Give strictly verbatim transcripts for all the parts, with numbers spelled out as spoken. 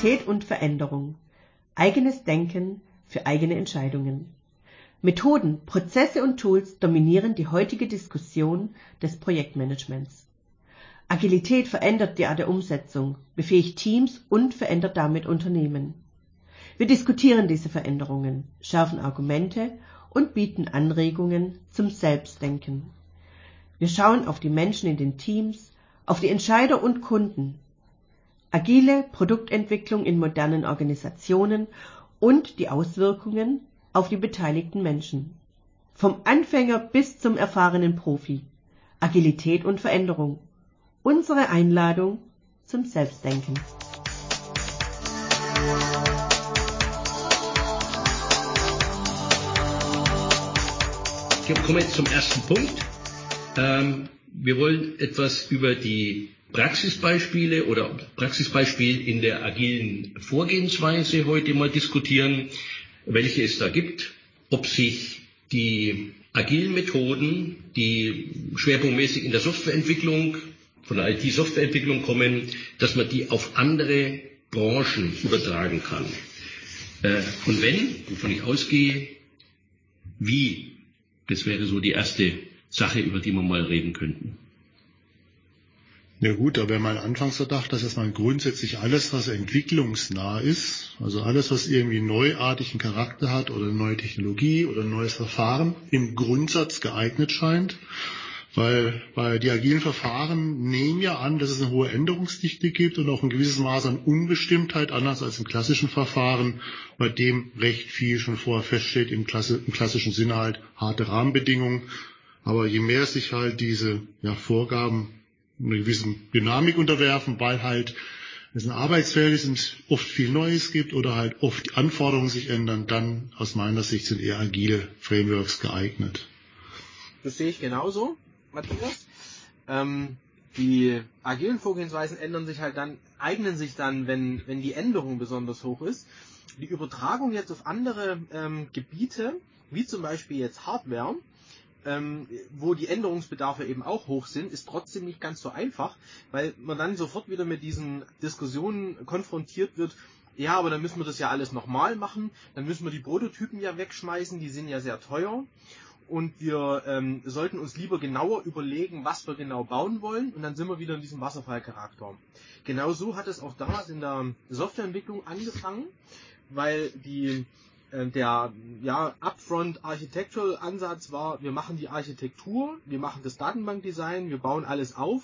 Agilität und Veränderung. Eigenes Denken für eigene Entscheidungen. Methoden, Prozesse und Tools dominieren die heutige Diskussion des Projektmanagements. Agilität verändert die Art der Umsetzung, befähigt Teams und verändert damit Unternehmen. Wir diskutieren diese Veränderungen, schärfen Argumente und bieten Anregungen zum Selbstdenken. Wir schauen auf die Menschen in den Teams, auf die Entscheider und Kunden. Agile Produktentwicklung in modernen Organisationen und die Auswirkungen auf die beteiligten Menschen. Vom Anfänger bis zum erfahrenen Profi. Agilität und Veränderung. Unsere Einladung zum Selbstdenken. Wir kommen jetzt zum ersten Punkt. Ähm, wir wollen etwas über die Praxisbeispiele oder Praxisbeispiel in der agilen Vorgehensweise heute mal diskutieren, welche es da gibt, ob sich die agilen Methoden, die schwerpunktmäßig in der Softwareentwicklung, von der I T-Softwareentwicklung kommen, dass man die auf andere Branchen übertragen kann. Äh, und wenn, wovon ich ausgehe, wie? Das wäre so die erste Sache, über die wir mal reden könnten. Ja gut, da wäre mein Anfangsverdacht, dass erstmal grundsätzlich alles, was entwicklungsnah ist, also alles, was irgendwie neuartigen Charakter hat oder eine neue Technologie oder ein neues Verfahren, im Grundsatz geeignet scheint. Weil bei die agilen Verfahren nehmen ja an, dass es eine hohe Änderungsdichte gibt und auch ein gewisses Maß an Unbestimmtheit, anders als im klassischen Verfahren, bei dem recht viel schon vorher feststeht, im, Klasse, im klassischen Sinne halt harte Rahmenbedingungen. Aber je mehr sich halt diese ja, Vorgaben einer gewissen Dynamik unterwerfen, weil halt es ein Arbeitsfeld ist und oft viel Neues gibt oder halt oft die Anforderungen sich ändern, dann aus meiner Sicht sind eher agile Frameworks geeignet. Das sehe ich genauso, Matthias. Ähm, die agilen Vorgehensweisen ändern sich halt dann, eignen sich dann, wenn, wenn die Änderung besonders hoch ist. Die Übertragung jetzt auf andere ähm, Gebiete, wie zum Beispiel jetzt Hardware, Ähm, wo die Änderungsbedarfe eben auch hoch sind, ist trotzdem nicht ganz so einfach, weil man dann sofort wieder mit diesen Diskussionen konfrontiert wird, ja, aber dann müssen wir das ja alles nochmal machen, dann müssen wir die Prototypen ja wegschmeißen, die sind ja sehr teuer und wir ähm, sollten uns lieber genauer überlegen, was wir genau bauen wollen und dann sind wir wieder in diesem Wasserfallcharakter. Genau so hat es auch damals in der Softwareentwicklung angefangen, weil die der ja, Upfront Architectural Ansatz war, wir machen die Architektur, wir machen das Datenbankdesign, wir bauen alles auf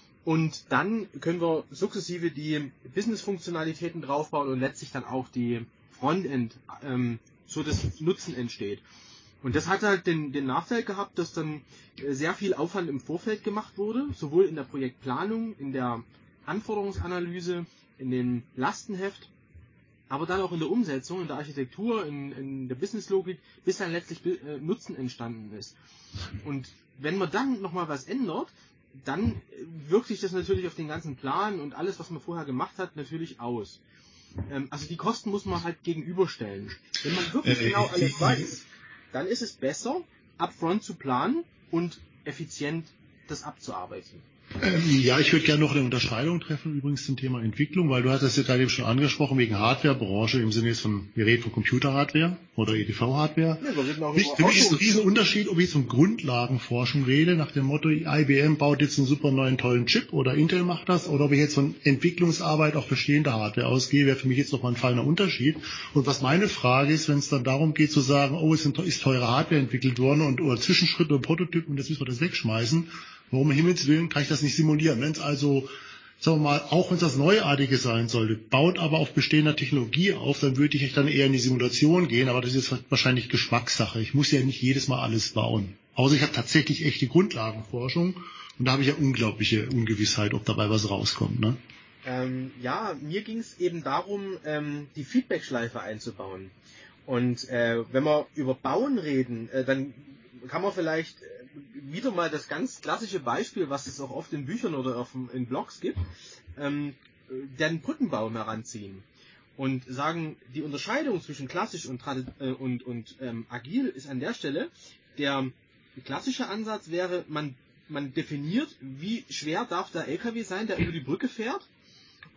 und dann können wir sukzessive die Business-Funktionalitäten draufbauen und letztlich dann auch die Frontend, ähm, so das Nutzen entsteht. Und das hat halt den, den Nachteil gehabt, dass dann sehr viel Aufwand im Vorfeld gemacht wurde, sowohl in der Projektplanung, in der Anforderungsanalyse, in dem Lastenheft, aber dann auch in der Umsetzung, in der Architektur, in, in der Businesslogik, bis dann letztlich äh, Nutzen entstanden ist. Und wenn man dann nochmal was ändert, dann wirkt sich das natürlich auf den ganzen Plan und alles, was man vorher gemacht hat, natürlich aus. Ähm, also die Kosten muss man halt gegenüberstellen. Wenn man wirklich genau alles weiß, dann ist es besser, upfront zu planen und effizient das abzuarbeiten. Ähm, ja, ich würde gerne noch eine Unterscheidung treffen, übrigens zum Thema Entwicklung, weil du hast das ja gerade eben schon angesprochen, wegen Hardwarebranche, im Sinne jetzt von, wir reden von Computer-Hardware oder E D V-Hardware. Ja, für mich ist ein Riesenunterschied, ob ich von Grundlagenforschung rede, nach dem Motto, I B M baut jetzt einen super neuen tollen Chip oder Intel macht das, oder ob ich jetzt von Entwicklungsarbeit auch bestehender Hardware ausgehe, wäre für mich jetzt nochmal ein feiner Unterschied. Und was meine Frage ist, wenn es dann darum geht zu sagen, oh, es ist teure Hardware entwickelt worden und oder Zwischenschritte oder Prototypen und jetzt müssen wir das wegschmeißen, warum im Himmels Willen kann ich das nicht simulieren? Wenn es also, sagen wir mal, auch wenn es das Neuartige sein sollte, baut aber auf bestehender Technologie auf, dann würde ich dann eher in die Simulation gehen, aber das ist wahrscheinlich Geschmackssache. Ich muss ja nicht jedes Mal alles bauen. Außer ich habe tatsächlich echte Grundlagenforschung und da habe ich ja unglaubliche Ungewissheit, ob dabei was rauskommt. Ne? Ähm, ja, mir ging es eben darum, ähm, die Feedback-Schleife einzubauen. Und äh, wenn wir über Bauen reden, äh, dann kann man vielleicht wieder mal das ganz klassische Beispiel, was es auch oft in Büchern oder auf, in Blogs gibt, ähm, den Brückenbau heranziehen und sagen, die Unterscheidung zwischen klassisch und, äh, und, und ähm, agil ist an der Stelle, der klassische Ansatz wäre, man, man definiert, wie schwer darf der L K W sein, der über die Brücke fährt,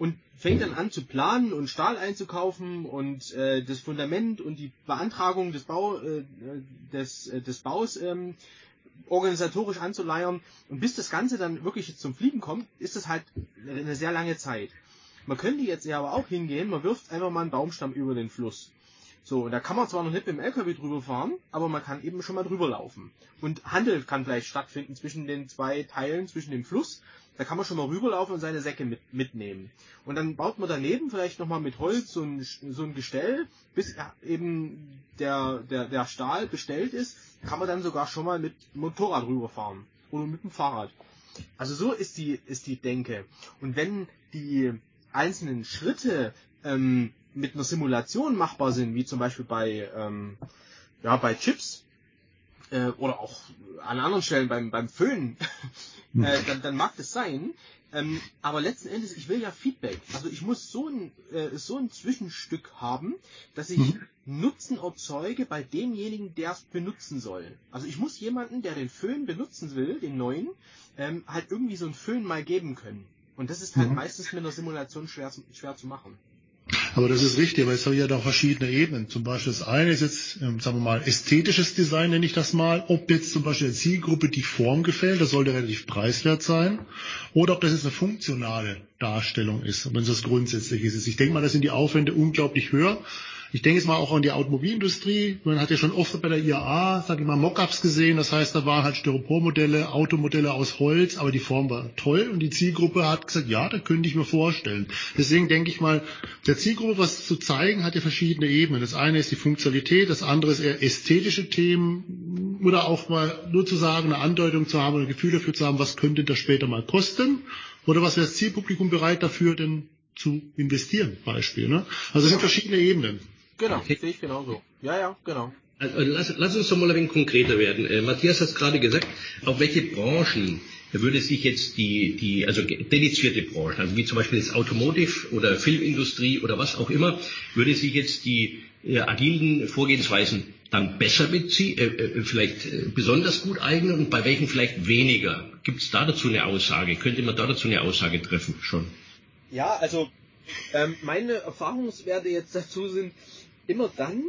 und fängt dann an zu planen und Stahl einzukaufen und äh, das Fundament und die Beantragung des, Bau, äh, des, äh, des Baus ähm, organisatorisch anzuleiern. Und bis das Ganze dann wirklich jetzt zum Fliegen kommt, ist das halt eine sehr lange Zeit. Man könnte jetzt ja aber auch hingehen, man wirft einfach mal einen Baumstamm über den Fluss. So, und da kann man zwar noch nicht mit dem L K W drüber fahren, aber man kann eben schon mal drüber laufen. Und Handel kann vielleicht stattfinden zwischen den zwei Teilen, zwischen dem Fluss. Da kann man schon mal rüberlaufen und seine Säcke mit, mitnehmen. Und dann baut man daneben vielleicht nochmal mit Holz so ein, so ein Gestell, bis eben der, der, der Stahl bestellt ist, kann man dann sogar schon mal mit Motorrad rüberfahren. Oder mit dem Fahrrad. Also so ist die, ist die Denke. Und wenn die einzelnen Schritte ähm, mit einer Simulation machbar sind, wie zum Beispiel bei, ähm, ja, bei Chips äh, oder auch an anderen Stellen beim, beim Föhn, äh, dann, dann mag das sein. Ähm, aber letzten Endes, ich will ja Feedback. Also ich muss so ein, äh, so ein Zwischenstück haben, dass ich mhm. Nutzen erzeuge bei demjenigen, der es benutzen soll. Also ich muss jemanden, der den Föhn benutzen will, den neuen, ähm, halt irgendwie so einen Föhn mal geben können. Und das ist halt mhm. meistens mit einer Simulation schwer, schwer zu machen. Aber das ist richtig, aber es haben ja doch verschiedene Ebenen. Zum Beispiel das eine ist jetzt, ähm, sagen wir mal, ästhetisches Design, nenne ich das mal. Ob jetzt zum Beispiel der Zielgruppe die Form gefällt, das sollte relativ preiswert sein. Oder ob das jetzt eine funktionale Darstellung ist, wenn es das Grundsätzliche ist. Ich denke mal, da sind die Aufwände unglaublich höher. Ich denke jetzt mal auch an die Automobilindustrie. Man hat ja schon oft bei der I A A, sage ich mal, Mockups gesehen. Das heißt, da waren halt Styropormodelle, Automodelle aus Holz, aber die Form war toll und die Zielgruppe hat gesagt, ja, das könnte ich mir vorstellen. Deswegen denke ich mal, der Zielgruppe was zu zeigen, hat ja verschiedene Ebenen. Das eine ist die Funktionalität, das andere ist eher ästhetische Themen oder auch mal nur zu sagen, eine Andeutung zu haben, ein Gefühl dafür zu haben, was könnte das später mal kosten oder was wäre das Zielpublikum bereit dafür denn zu investieren, Beispiel. Ne? Also es sind verschiedene Ebenen. Genau, okay. Sehe ich genauso. Ja, ja, genau. Also, lass, lass uns doch mal ein wenig konkreter werden. Äh, Matthias hat es gerade gesagt, auf welche Branchen würde sich jetzt die, die, also dedizierte Branchen, also wie zum Beispiel das Automotive oder Filmindustrie oder was auch immer, würde sich jetzt die äh, agilen Vorgehensweisen dann besser beziehen, äh, äh, vielleicht äh, besonders gut eignen und bei welchen vielleicht weniger? Gibt es da dazu eine Aussage? Könnte man da dazu eine Aussage treffen schon? Ja, also ähm, meine Erfahrungswerte jetzt dazu sind, immer dann,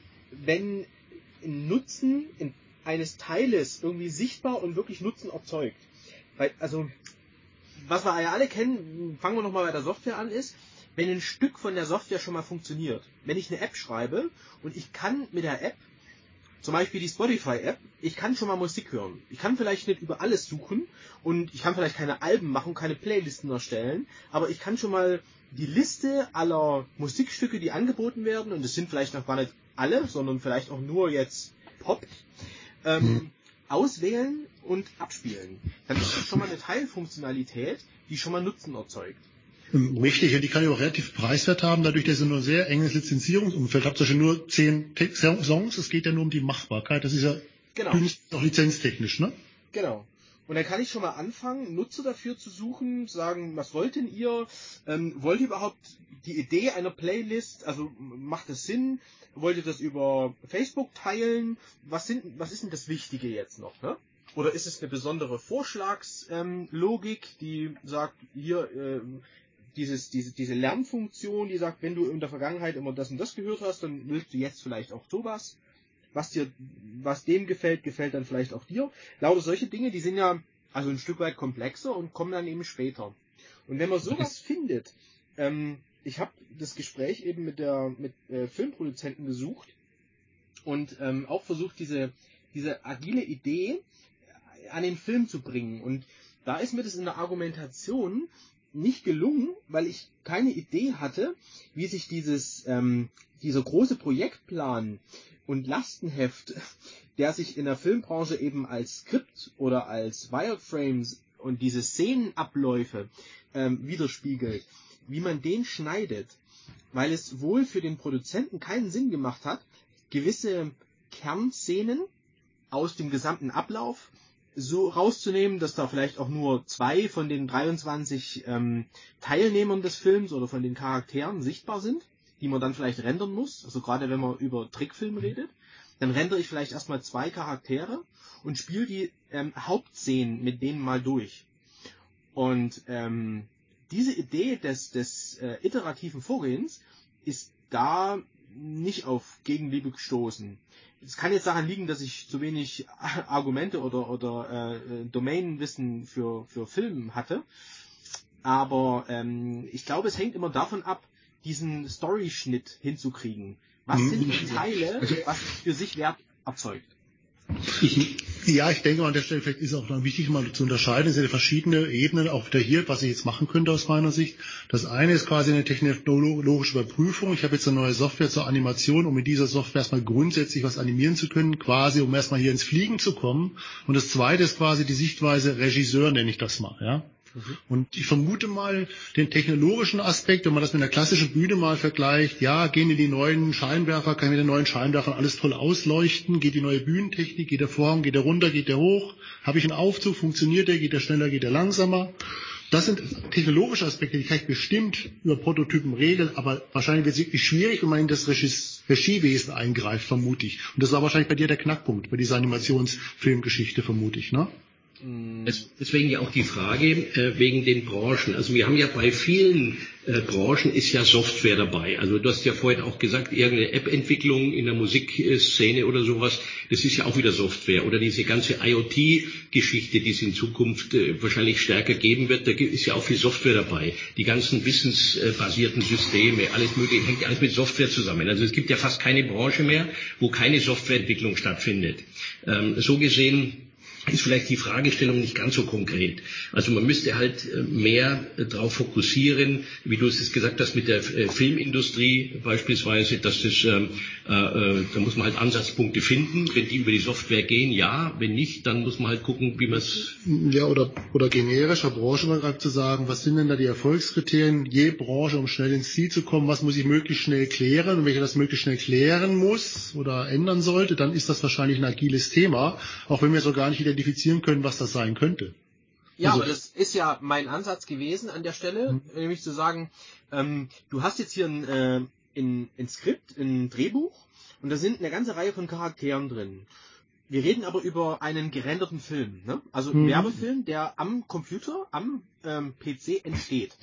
wenn Nutzen in eines Teiles irgendwie sichtbar und wirklich Nutzen erzeugt. Weil, also, was wir ja alle kennen, fangen wir nochmal bei der Software an, ist, wenn ein Stück von der Software schon mal funktioniert. Wenn ich eine App schreibe und ich kann mit der App, zum Beispiel die Spotify-App, ich kann schon mal Musik hören. Ich kann vielleicht nicht über alles suchen und ich kann vielleicht keine Alben machen, keine Playlisten erstellen, aber ich kann schon mal die Liste aller Musikstücke, die angeboten werden, und es sind vielleicht noch gar nicht alle, sondern vielleicht auch nur jetzt Pop, ähm, hm. auswählen und abspielen. Dann ist das schon mal eine Teilfunktionalität, die schon mal Nutzen erzeugt. Richtig, und die kann ich auch relativ preiswert haben, dadurch, dass ihr nur ein sehr enges Lizenzierungsumfeld habt, zum Beispiel nur zehn Songs, es geht ja nur um die Machbarkeit, das ist ja genau. auch lizenztechnisch, ne? Genau. Und dann kann ich schon mal anfangen, Nutzer dafür zu suchen, sagen, was wollt denn ihr? Ähm, wollt ihr überhaupt die Idee einer Playlist, also macht es Sinn? Wollt ihr das über Facebook teilen? Was sind, was ist denn das Wichtige jetzt noch, ne? Oder ist es eine besondere Vorschlagslogik, ähm, die sagt, hier, äh, dieses, diese, diese Lernfunktion, die sagt, wenn du in der Vergangenheit immer das und das gehört hast, dann willst du jetzt vielleicht auch sowas. Was dir, was dem gefällt, gefällt dann vielleicht auch dir. Lauter solche Dinge, die sind ja also ein Stück weit komplexer und kommen dann eben später. Und wenn man sowas findet, ähm, ich habe das Gespräch eben mit der mit äh, Filmproduzenten gesucht und ähm, auch versucht, diese diese agile Idee an den Film zu bringen. Und da ist mir das in der Argumentation nicht gelungen, weil ich keine Idee hatte, wie sich dieses ähm, dieser große Projektplan und Lastenheft, der sich in der Filmbranche eben als Skript oder als Wireframes und diese Szenenabläufe ähm, widerspiegelt, wie man den schneidet, weil es wohl für den Produzenten keinen Sinn gemacht hat, gewisse Kernszenen aus dem gesamten Ablauf so rauszunehmen, dass da vielleicht auch nur zwei von den dreiundzwanzig ähm, Teilnehmern des Films oder von den Charakteren sichtbar sind, die man dann vielleicht rendern muss, also gerade wenn man über Trickfilm redet, dann rendere ich vielleicht erstmal zwei Charaktere und spiele die ähm, Hauptszenen mit denen mal durch. Und ähm, diese Idee des, des äh, iterativen Vorgehens ist da nicht auf Gegenliebe gestoßen. Es kann jetzt daran liegen, dass ich zu wenig Argumente oder, oder äh, Domainwissen für, für Film hatte. Aber ähm, ich glaube, es hängt immer davon ab, diesen Story-Schnitt hinzukriegen. Was mhm. sind die Teile, was für sich Wert erzeugt? Ich, ja, ich denke an der Stelle, vielleicht ist auch dann wichtig, mal zu unterscheiden, es sind ja verschiedene Ebenen, auch wieder hier, was ich jetzt machen könnte aus meiner Sicht. Das eine ist quasi eine technologische Überprüfung. Ich habe jetzt eine neue Software zur Animation, um mit dieser Software erstmal grundsätzlich was animieren zu können, quasi, um erstmal hier ins Fliegen zu kommen. Und das zweite ist quasi die Sichtweise Regisseur, nenne ich das mal, ja. Und ich vermute mal, den technologischen Aspekt, wenn man das mit einer klassischen Bühne mal vergleicht, ja, gehen in die neuen Scheinwerfer, kann mit den neuen Scheinwerfern alles toll ausleuchten, geht die neue Bühnentechnik, geht der Vorhang, geht der runter, geht der hoch, habe ich einen Aufzug, funktioniert der, geht der schneller, geht der langsamer. Das sind technologische Aspekte, die kann ich bestimmt über Prototypen regeln, aber wahrscheinlich wird es wirklich schwierig, wenn man in das Regiewesen eingreift, vermute ich. Und das war wahrscheinlich bei dir der Knackpunkt, bei dieser Animationsfilmgeschichte, vermute ich, ne? Es, deswegen ja auch die Frage äh, wegen den Branchen. Also wir haben ja bei vielen äh, Branchen ist ja Software dabei. Also du hast ja vorhin auch gesagt, irgendeine App-Entwicklung in der Musikszene oder sowas, das ist ja auch wieder Software. Oder diese ganze IoT-Geschichte, die es in Zukunft äh, wahrscheinlich stärker geben wird, da ist ja auch viel Software dabei. Die ganzen wissensbasierten Systeme, alles mögliche, hängt ja alles mit Software zusammen. Also es gibt ja fast keine Branche mehr, wo keine Softwareentwicklung stattfindet. Ähm, so gesehen ist vielleicht die Fragestellung nicht ganz so konkret. Also man müsste halt mehr darauf fokussieren, wie du es gesagt hast, mit der Filmindustrie beispielsweise, dass das, äh, äh, da muss man halt Ansatzpunkte finden. Wenn die über die Software gehen, ja. Wenn nicht, dann muss man halt gucken, wie man es... Ja, oder, oder generischer Branchenübergreifend zu sagen, was sind denn da die Erfolgskriterien je Branche, um schnell ins Ziel zu kommen, was muss ich möglichst schnell klären, und wenn ich das möglichst schnell klären muss oder ändern sollte, dann ist das wahrscheinlich ein agiles Thema, auch wenn wir so gar nicht identifizieren können, was das sein könnte. Ja, also, aber das ist ja mein Ansatz gewesen an der Stelle, hm. nämlich zu sagen, ähm, du hast jetzt hier ein, äh, ein, ein Skript, ein Drehbuch, und da sind eine ganze Reihe von Charakteren drin. Wir reden aber über einen gerenderten Film, ne? Also einen mhm. Werbefilm, der am Computer, am ähm, P C entsteht.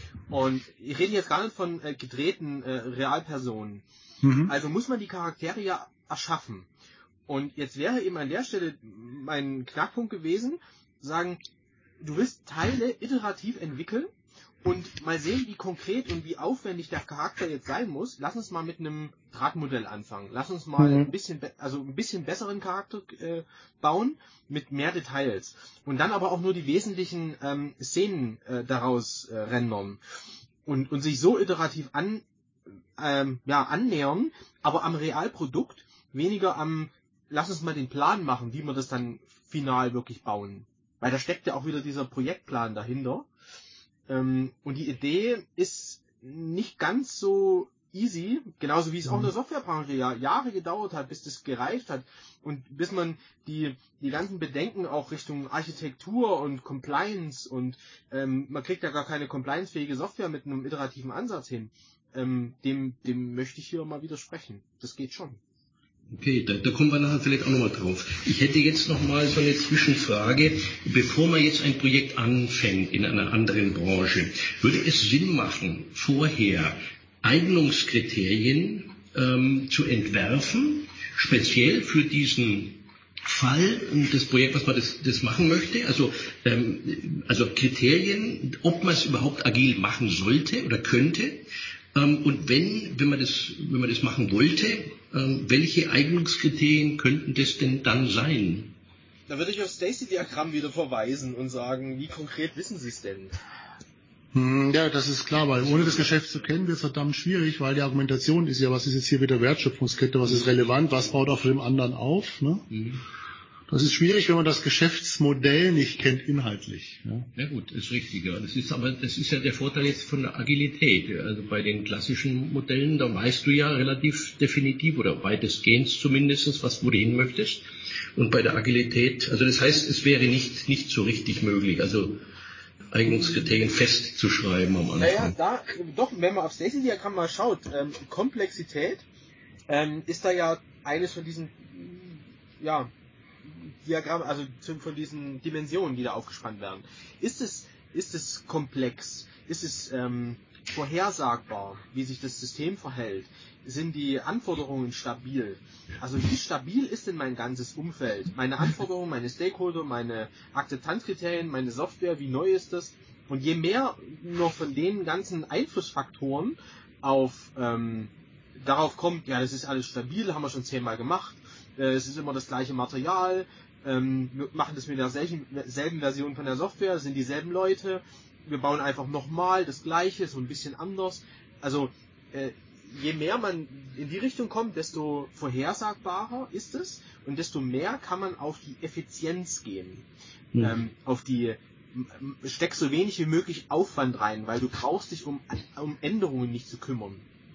Und ich rede jetzt gar nicht von äh, gedrehten äh, Realpersonen. Mhm. Also muss man die Charaktere ja erschaffen. Und jetzt wäre eben an der Stelle mein Knackpunkt gewesen, sagen, du willst Teile iterativ entwickeln und mal sehen, wie konkret und wie aufwendig der Charakter jetzt sein muss. Lass uns mal mit einem Drahtmodell anfangen. Lass uns mal mhm. ein bisschen, be- also ein bisschen besseren Charakter äh, bauen mit mehr Details. Und dann aber auch nur die wesentlichen ähm, Szenen äh, daraus äh, rendern. Und, und sich so iterativ an, ähm, ja, annähern, aber am Realprodukt, weniger am lass uns mal den Plan machen, wie wir das dann final wirklich bauen. Weil da steckt ja auch wieder dieser Projektplan dahinter. Ähm, und die Idee ist nicht ganz so easy, genauso wie es auch in der Softwarebranche ja Jahre gedauert hat, bis das gereift hat und bis man die die ganzen Bedenken auch Richtung Architektur und Compliance und ähm, man kriegt ja gar keine compliancefähige Software mit einem iterativen Ansatz hin. Ähm, dem, dem möchte ich hier mal widersprechen. Das geht schon. Okay, da, da kommen wir nachher vielleicht auch nochmal drauf. Ich hätte jetzt nochmal so eine Zwischenfrage. Bevor man jetzt ein Projekt anfängt in einer anderen Branche, würde es Sinn machen, vorher Eignungskriterien ähm, zu entwerfen, speziell für diesen Fall, das Projekt, was man das, das machen möchte, also, ähm, also Kriterien, ob man es überhaupt agil machen sollte oder könnte. Und wenn, wenn man das, wenn man das machen wollte, welche Eignungskriterien könnten das denn dann sein? Da würde ich auf Stacy-Diagramm wieder verweisen und sagen, wie konkret wissen Sie es denn? Ja, das ist klar, weil ohne das Geschäft zu kennen, wird es verdammt schwierig, weil die Argumentation ist ja, was ist jetzt hier wieder Wertschöpfungskette, was ist relevant, was baut auf dem anderen auf, ne? Mhm. Das ist schwierig, wenn man das Geschäftsmodell nicht kennt inhaltlich. Ja, ja gut, ist richtig. Ja. Das ist aber das ist ja der Vorteil jetzt von der Agilität. Also bei den klassischen Modellen, da weißt du ja relativ definitiv oder weitestgehend zumindest, was wo du hin möchtest. Und bei der Agilität, also das heißt, es wäre nicht nicht so richtig möglich. Also Eignungskriterien festzuschreiben am Anfang. Naja, da doch, wenn man auf Stacy-Diagramm mal schaut, ähm, Komplexität ähm, ist da ja eines von diesen ja Diagramm, also von diesen Dimensionen, die da aufgespannt werden. Ist es, ist es komplex? ist es ähm, vorhersagbar, wie sich das System verhält? Sind die Anforderungen stabil? Also wie stabil ist denn mein ganzes Umfeld? Meine Anforderungen, meine Stakeholder, meine Akzeptanzkriterien, meine Software, wie neu ist das? Und je mehr noch von den ganzen Einflussfaktoren auf ähm, darauf kommt, ja, das ist alles stabil, haben wir schon zehnmal gemacht, äh, es ist immer das gleiche Material, ähm, wir machen das mit derselben selben Version von der Software, es sind dieselben Leute, wir bauen einfach nochmal das gleiche, so ein bisschen anders. Also äh, je mehr man in die Richtung kommt, desto vorhersagbarer ist es und desto mehr kann man auf die Effizienz gehen, mhm. ähm, auf die steck so wenig wie möglich Aufwand rein, weil du brauchst dich um, um Änderungen nicht zu kümmern.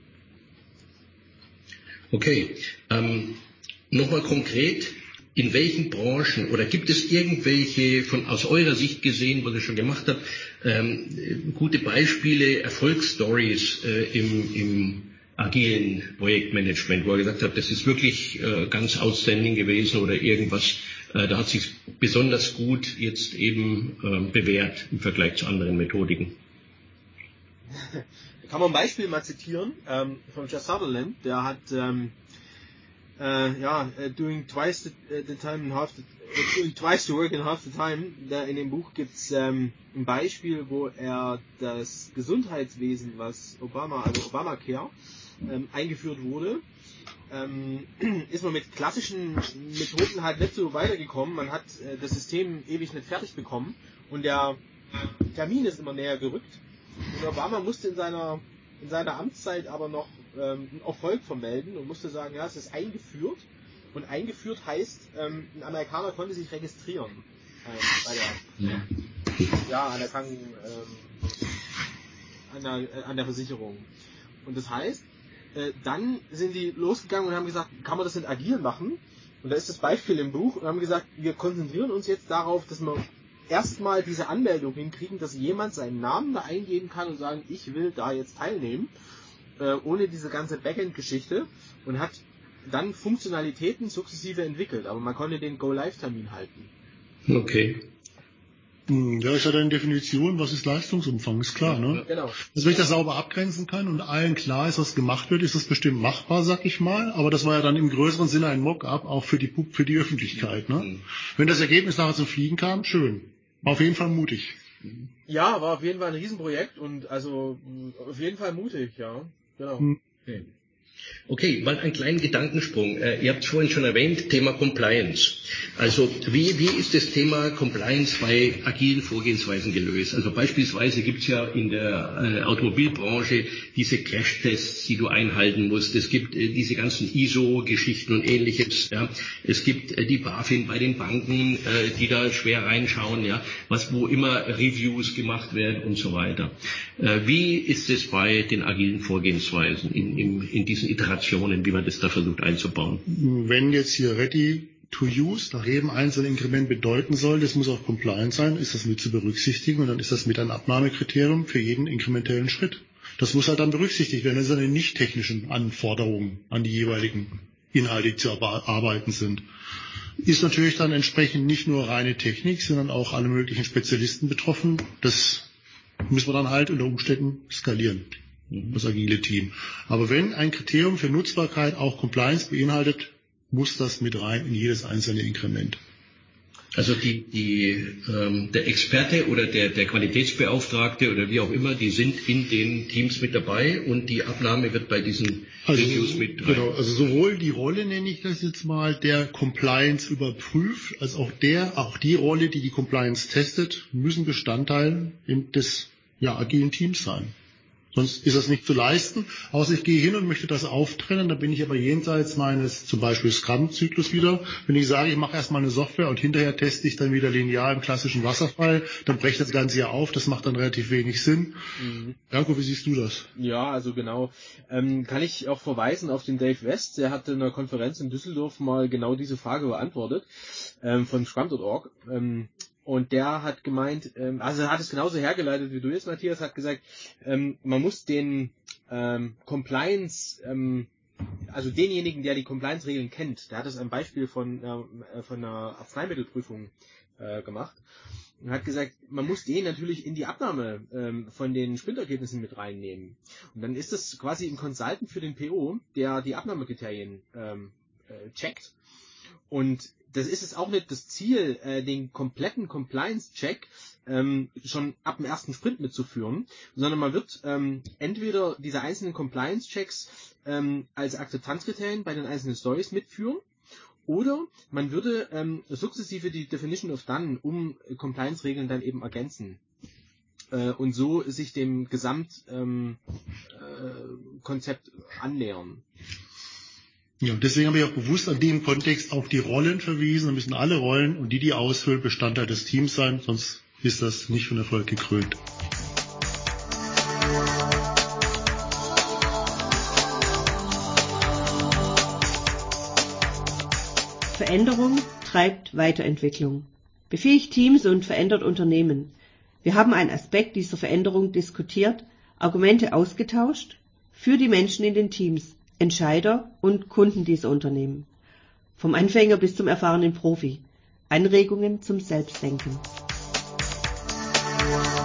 Okay, ähm, nochmal konkret, in welchen Branchen oder gibt es irgendwelche von aus eurer Sicht gesehen, was ihr schon gemacht habt, ähm, gute Beispiele, Erfolgsstories äh, im, im agilen Projektmanagement, wo ihr gesagt habt, das ist wirklich äh, ganz outstanding gewesen oder irgendwas, äh, da hat sich besonders gut jetzt eben äh, bewährt im Vergleich zu anderen Methodiken? Kann man ein Beispiel mal zitieren ähm, von Jeff Sutherland, der hat ähm, äh, ja, doing twice the, the time and half the, uh, doing twice the work in half the time. Da in dem Buch gibt's ähm, ein Beispiel, wo er das Gesundheitswesen, was Obama, also Obamacare, ähm, eingeführt wurde, ähm, ist man mit klassischen Methoden halt nicht so weitergekommen. Man hat äh, das System ewig nicht fertig bekommen und der Termin ist immer näher gerückt. Und Obama musste in seiner in seiner Amtszeit aber noch ähm, einen Erfolg vermelden und musste sagen, ja, es ist eingeführt. Und eingeführt heißt, ähm, ein Amerikaner konnte sich registrieren äh, bei der, ja. ja, an der Kranken, ähm, an der, äh, an der Versicherung. Und das heißt, äh, dann sind die losgegangen und haben gesagt, kann man das nicht agil machen? Und da ist das Beispiel im Buch und haben gesagt, wir konzentrieren uns jetzt darauf, dass wir erstmal diese Anmeldung hinkriegen, dass jemand seinen Namen da eingeben kann und sagen, ich will da jetzt teilnehmen, äh, ohne diese ganze Backend-Geschichte, und hat dann Funktionalitäten sukzessive entwickelt, aber man konnte den Go-Live-Termin halten. Okay. Ja, ist ja dann Definition, was ist Leistungsumfang, ist klar, ne? Genau. Also wenn ich das sauber abgrenzen kann und allen klar ist, was gemacht wird, ist das bestimmt machbar, sag ich mal, aber das war ja dann im größeren Sinne ein Mock-up, auch für die, für die Öffentlichkeit, ne? Mhm. Wenn das Ergebnis nachher zum Fliegen kam, schön. Auf jeden Fall mutig. Ja, war auf jeden Fall ein Riesenprojekt und also auf jeden Fall mutig, ja. Genau. Mhm. Okay. Okay, mal einen kleinen Gedankensprung. Äh, ihr habt es vorhin schon erwähnt, Thema Compliance. Also wie, wie ist das Thema Compliance bei agilen Vorgehensweisen gelöst? Also beispielsweise gibt es ja in der äh, Automobilbranche diese Crash-Tests, die du einhalten musst. Es gibt äh, diese ganzen I S O-Geschichten und Ähnliches. Ja. Es gibt äh, die BaFin bei den Banken, äh, die da schwer reinschauen, ja, was wo immer Reviews gemacht werden und so weiter. Äh, wie ist es bei den agilen Vorgehensweisen in, in, in diesen Iterationen, wie man das da versucht einzubauen? Wenn jetzt hier ready to use nach jedem einzelnen Inkrement bedeuten soll, das muss auch compliant sein, ist das mit zu berücksichtigen und dann ist das mit ein Abnahmekriterium für jeden inkrementellen Schritt. Das muss halt dann berücksichtigt werden, das sind dann nicht technischen Anforderungen an die jeweiligen Inhalte, die zu arbeiten sind. Ist natürlich dann entsprechend nicht nur reine Technik, sondern auch alle möglichen Spezialisten betroffen. Das müssen wir dann halt unter Umständen skalieren, das agile Team. Aber wenn ein Kriterium für Nutzbarkeit auch Compliance beinhaltet, muss das mit rein in jedes einzelne Inkrement. Also die, die, ähm, der Experte oder der, der Qualitätsbeauftragte oder wie auch immer, die sind in den Teams mit dabei und die Abnahme wird bei diesen also, Reviews mit rein. Genau, also sowohl die Rolle, nenne ich das jetzt mal, der Compliance überprüft, als auch der, auch die Rolle, die die Compliance testet, müssen Bestandteil des ja, agilen Teams sein. Sonst ist das nicht zu leisten. Außer ich gehe hin und möchte das auftrennen, dann bin ich aber jenseits meines zum Beispiel Scrum-Zyklus wieder. Wenn ich sage, ich mache erstmal eine Software und hinterher teste ich dann wieder linear im klassischen Wasserfall, dann brecht das Ganze ja auf, das macht dann relativ wenig Sinn. Mhm. Janko, wie siehst du das? Ja, also genau. Ähm, kann ich auch verweisen auf den Dave West, der hat in einer Konferenz in Düsseldorf mal genau diese Frage beantwortet, ähm, von scrum Punkt org. Ähm, Und der hat gemeint, ähm, also er hat es genauso hergeleitet wie du jetzt, Matthias, hat gesagt, ähm, man muss den ähm, Compliance ähm, also denjenigen, der die Compliance-Regeln kennt, der hat es am Beispiel von, äh, von einer Arzneimittelprüfung äh, gemacht und hat gesagt, man muss den natürlich in die Abnahme ähm, von den Sprintergebnissen mit reinnehmen. Und dann ist das quasi ein Consultant für den P O, der die Abnahmekriterien ähm, äh, checkt. Und das ist es auch nicht das Ziel, äh, den kompletten Compliance-Check ähm, schon ab dem ersten Sprint mitzuführen, sondern man wird ähm, entweder diese einzelnen Compliance-Checks ähm, als Akzeptanzkriterien bei den einzelnen Stories mitführen, oder man würde ähm, sukzessive die Definition of Done um Compliance-Regeln dann eben ergänzen äh, und so sich dem Gesamtkonzept ähm, äh, Konzept annähern. Ja, deswegen habe ich auch bewusst an dem Kontext auf die Rollen verwiesen. Da müssen alle Rollen und die, die ausfüllen, Bestandteil des Teams sein, sonst ist das nicht von Erfolg gekrönt. Veränderung treibt Weiterentwicklung, befähigt Teams und verändert Unternehmen. Wir haben einen Aspekt dieser Veränderung diskutiert, Argumente ausgetauscht für die Menschen in den Teams, Entscheider und Kunden dieser Unternehmen. Vom Anfänger bis zum erfahrenen Profi. Anregungen zum Selbstdenken.